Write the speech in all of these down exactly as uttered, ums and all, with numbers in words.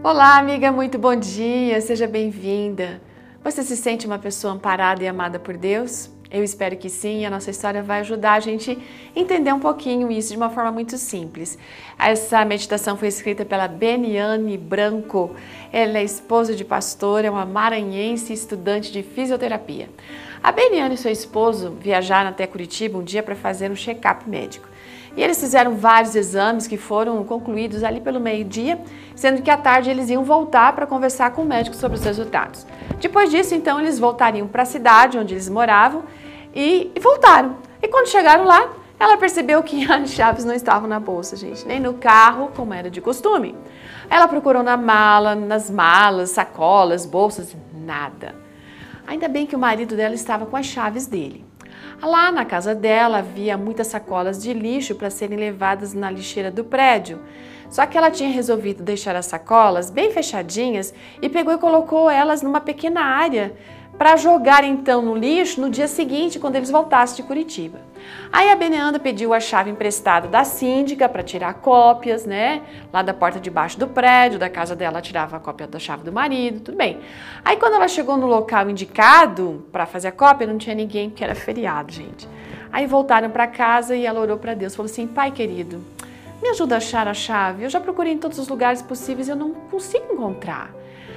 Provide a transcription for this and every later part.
Olá, amiga, muito bom dia, seja bem-vinda. Você se sente uma pessoa amparada e amada por Deus? Eu espero que sim, e a nossa história vai ajudar a gente a entender um pouquinho isso de uma forma muito simples. Essa meditação foi escrita pela Beniane Branco. Ela é esposa de pastor, é uma maranhense estudante de fisioterapia. A Beniane e seu esposo viajaram até Curitiba um dia para fazer um check-up médico. E eles fizeram vários exames que foram concluídos ali pelo meio-dia, sendo que à tarde eles iam voltar para conversar com o médico sobre os resultados. Depois disso, então, eles voltariam para a cidade onde eles moravam e, e voltaram. E quando chegaram lá, ela percebeu que as chaves não estavam na bolsa, gente, nem no carro, como era de costume. Ela procurou na mala, nas malas, sacolas, bolsas, nada. Ainda bem que o marido dela estava com as chaves dele. Lá na casa dela havia muitas sacolas de lixo para serem levadas na lixeira do prédio. Só que ela tinha resolvido deixar as sacolas bem fechadinhas e pegou e colocou elas numa pequena área para jogar então no lixo no dia seguinte, quando eles voltassem de Curitiba. Aí a Beniane pediu a chave emprestada da síndica para tirar cópias, né? Lá da porta de baixo do prédio, da casa dela, ela tirava a cópia da chave do marido, tudo bem. Aí quando ela chegou no local indicado para fazer a cópia, não tinha ninguém, porque era feriado, gente. Aí voltaram para casa e ela orou para Deus, falou assim: Pai querido, me ajuda a achar a chave, eu já procurei em todos os lugares possíveis e eu não consigo encontrar.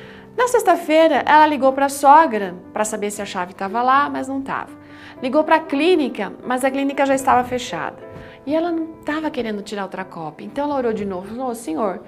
Na sexta-feira, ela ligou para a sogra para saber se a chave estava lá, mas não estava. Ligou para a clínica, mas a clínica já estava fechada. E ela não estava querendo tirar outra cópia. Então ela orou de novo, falou: Senhor,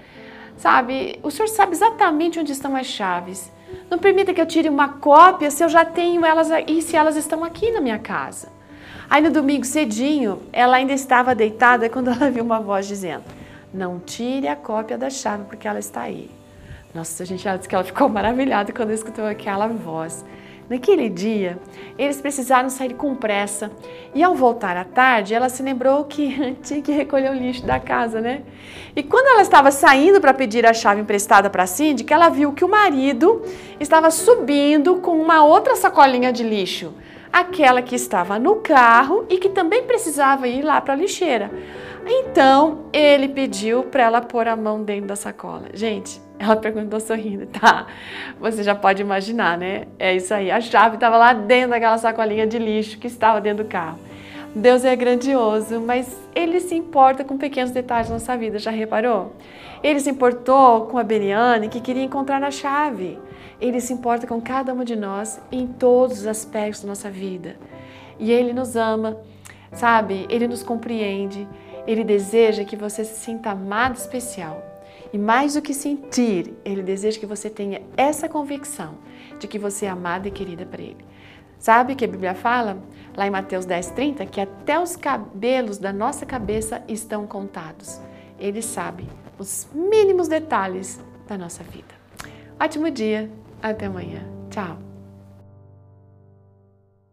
sabe, o Senhor sabe exatamente onde estão as chaves. Não permita que eu tire uma cópia se eu já tenho elas e se elas estão aqui na minha casa. Aí no domingo cedinho, ela ainda estava deitada quando ela viu uma voz dizendo: não tire a cópia da chave porque ela está aí. Nossa, gente, ela disse que ela ficou maravilhada quando escutou aquela voz. Naquele dia, eles precisaram sair com pressa e ao voltar à tarde, ela se lembrou que tinha que recolher o lixo da casa, né? E quando ela estava saindo para pedir a chave emprestada para a síndica, ela viu que o marido estava subindo com uma outra sacolinha de lixo, aquela que estava no carro e que também precisava ir lá para a lixeira. Então, ele pediu para ela pôr a mão dentro da sacola. Gente, ela perguntou sorrindo, tá? Você já pode imaginar, né? É isso aí, a chave estava lá dentro daquela sacolinha de lixo que estava dentro do carro. Deus é grandioso, mas Ele se importa com pequenos detalhes da nossa vida, já reparou? Ele se importou com a Beniane, que queria encontrar a chave. Ele se importa com cada um de nós em todos os aspectos da nossa vida. E Ele nos ama, sabe? Ele nos compreende. Ele deseja que você se sinta amado, especial. E mais do que sentir, Ele deseja que você tenha essa convicção de que você é amada e querida por Ele. Sabe que a Bíblia fala, lá em Mateus dez, trinta, que até os cabelos da nossa cabeça estão contados. Ele sabe os mínimos detalhes da nossa vida. Ótimo dia, até amanhã. Tchau!